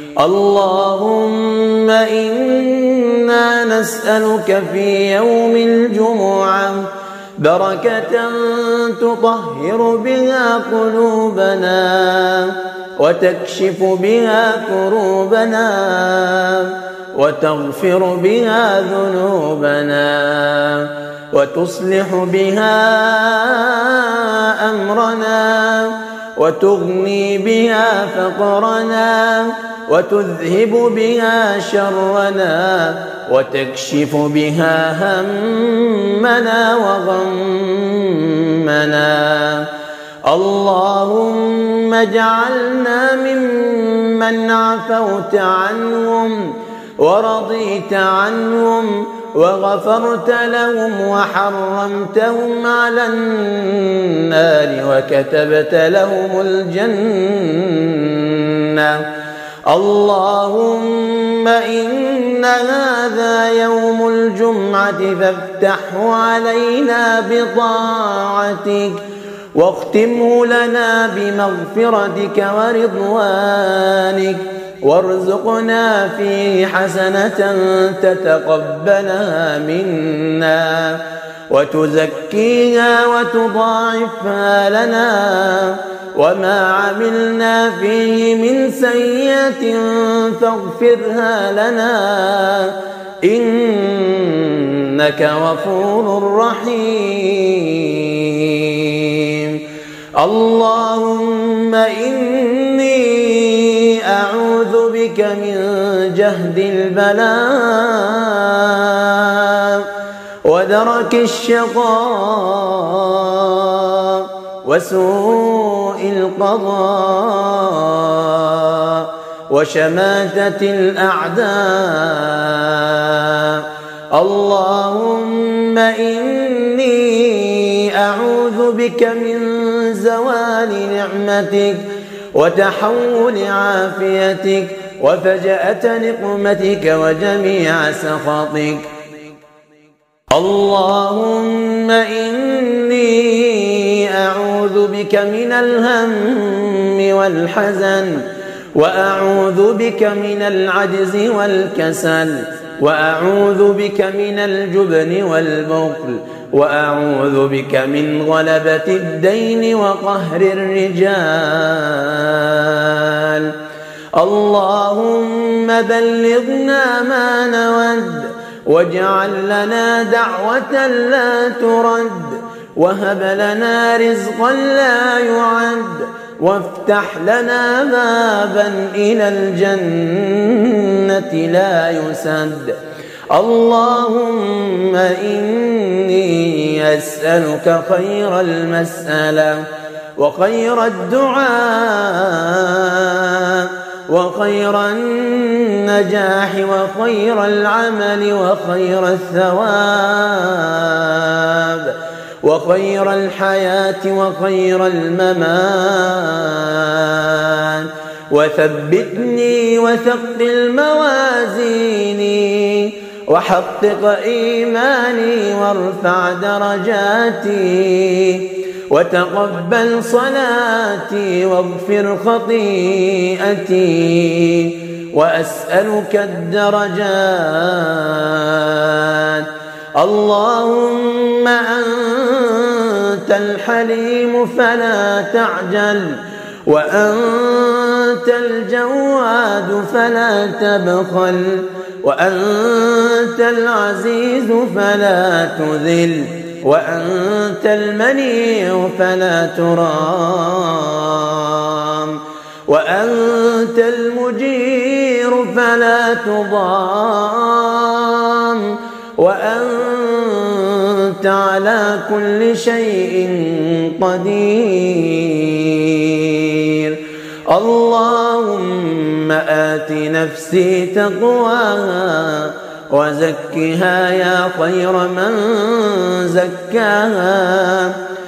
اللهم إنا نسألك في يوم الجمعة بركة تطهر بها قلوبنا وتكشف بها كروبنا وتغفر بها ذنوبنا وتصلح بها أمرنا وتغني بها فقرنا وتذهب بها شرنا وتكشف بها همنا وغمنا. اللهم اجعلنا ممن عفوت عنهم ورضيت عنهم وغفرت لهم وحرمتهم على النار وكتبت لهم الجنة. اللهم إن هذا يوم الجمعة فافتحه علينا بطاعتك واختمه لنا بمغفرتك ورضوانك وارزقنا فيه حسنة تتقبلها منا وتزكيها وتضاعفها لنا، وما عملنا فيه من سيئة فاغفرها لنا إنك غفور رحيم. اللهم إني أعوذ بك من جهد البلاء ودرك الشقاء وسوء القضاء وشماتة الأعداء. اللهم إني أعوذ بك من زوال نعمتك وتحول عافيتك وفجأة نقمتك وجميع سخطك. اللهم إني أعوذ بك من الهم والحزن وأعوذ بك من العجز والكسل وأعوذ بك من الجبن والبخل وأعوذ بك من غلبة الدين وقهر الرجال. اللهم بلغنا ما نود واجعل لنا دعوة لا ترد وهب لنا رزقا لا يعد وافتح لنا بابا إلى الجنة لا يسد. اللهم إني أسألك خير المسألة وخير الدعاء وخير النجاح وخير العمل وخير الثواب وخير الحياة وخير الممات. وثبتني وثقل موازيني وحقق إيماني وارفع درجاتي وتقبل صلاتي واغفر خطيئتي وأسألك الدرجات. اللهم أنت الحليم فلا تعجل وأنت الجواد فلا تبخل وأنت العزيز فلا تذل وأنت المنيع فلا ترام وأنت المجير فلا تضام وأنت على كل شيء قدير. اللهم آت نفسي تقواها وزكها يا خير من زكاها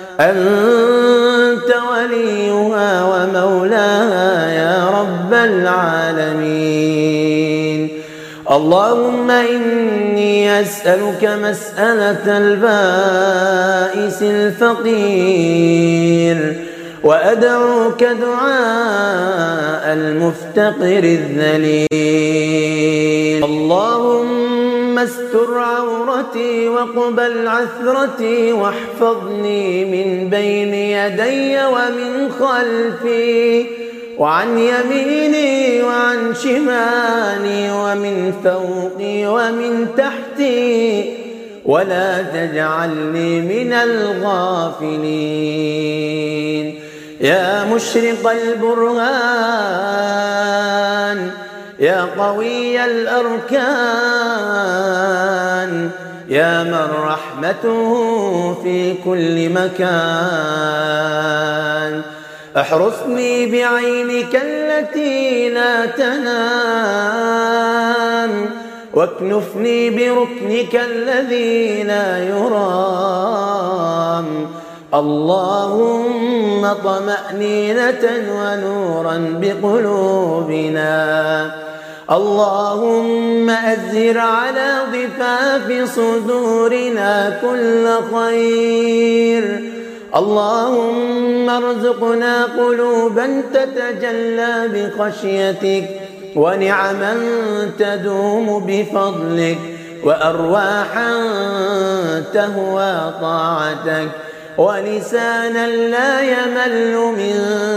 أنت وليها ومولاها يا رب العالمين. اللهم إني أسألك مسألة البائس الفقير وأدعوك دعاء المفتقر الذليل. اللهم استر عورتي وقبل عثرتي واحفظني من بين يدي ومن خلفي وعن يميني وعن شمالي ومن فوقي ومن تحتي ولا تجعلني من الغافلين. يا مشرق البرهان يا قوي الأركان يا من رحمته في كل مكان، احرسني بعينك التي لا تنام واكنفني بركنك الذي لا يرام. اللهم طمأنينة ونورا بقلوبنا. اللهم أزهر على ضفاف صدورنا كل خير. اللهم ارزقنا قلوبا تتجلى بخشيتك ونعما تدوم بفضلك وأرواحا تهوى طاعتك ولسانا لا يمل من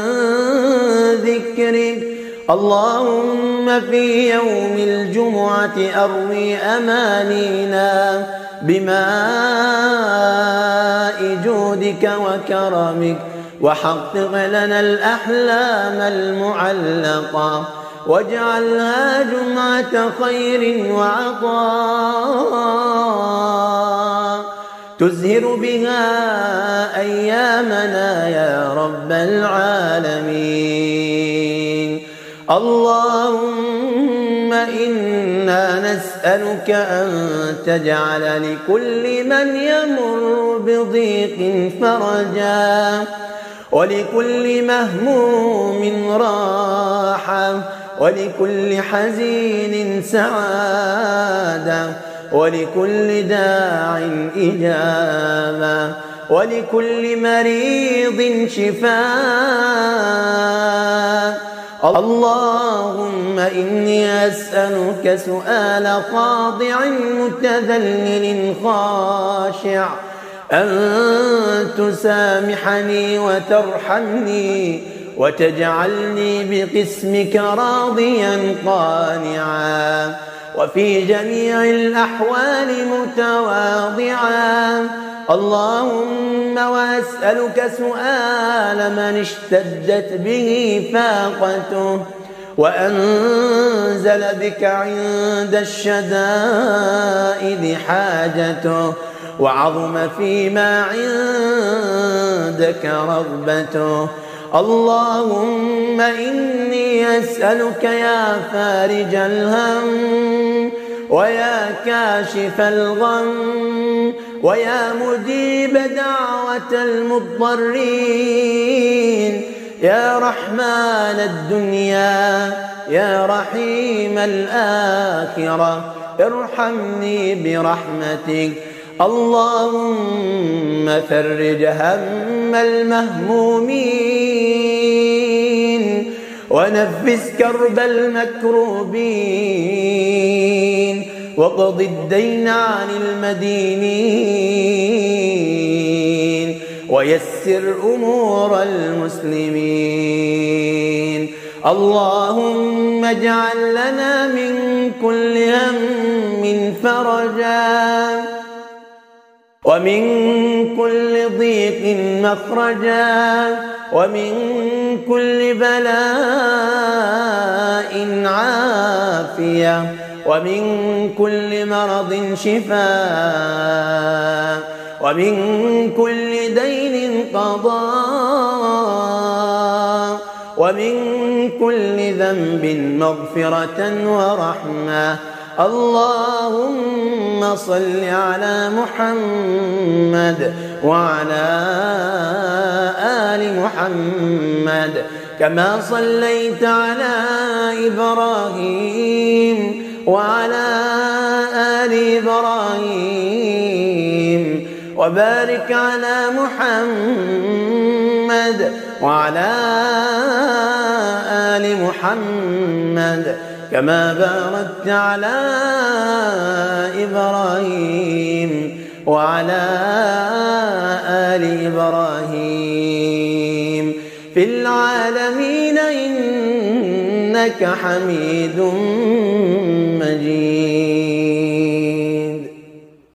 ذكرك. اللهم في يوم الجمعة أروي أمانينا بماء جودك وكرمك وحقق لنا الأحلام المعلقة واجعلها جمعة خير وعطاء تزهر بها أيامنا يا رب العالمين. اللهم إنا نسألك أن تجعل لكل من يمر بضيق فرجا ولكل مهموم راحة ولكل حزين سعادة ولكل داع إجابة ولكل مريض شفاء. اللهم إني أسألك سؤال خاضع متذلل خاشع أن تسامحني وترحمني وتجعلني بقسمك راضيا قانعا وفي جميع الأحوال متواضعا. اللهم وأسألك سؤال من اشتدت به فاقته وأنزل بك عند الشدائد حاجته وعظم فيما عندك رغبته. اللهم إني أسألك يا فارج الهم ويا كاشف الغم ويا مجيب دعوة المضطرين يا رحمن الدنيا يا رحيم الآخرة ارحمني برحمتك. اللهم فرج هم المهمومين ونفس كرب المكروبين وقض الدين عن المدينين ويسر أمور المسلمين. اللهم اجعل لنا من كل هم فرجا ومن كل ضيق مخرجا ومن كل بلاء عافية ومن كل مرض شفاء ومن كل دين قضاء ومن كل ذنب مغفرة ورحمة. اللهم صل على محمد وعلى آل محمد كما صليت على إبراهيم وعلى آل إبراهيم وبارك على محمد وعلى آل محمد كما باركت على إبراهيم وعلى آل إبراهيم في العالمين إنك حميد مجيد.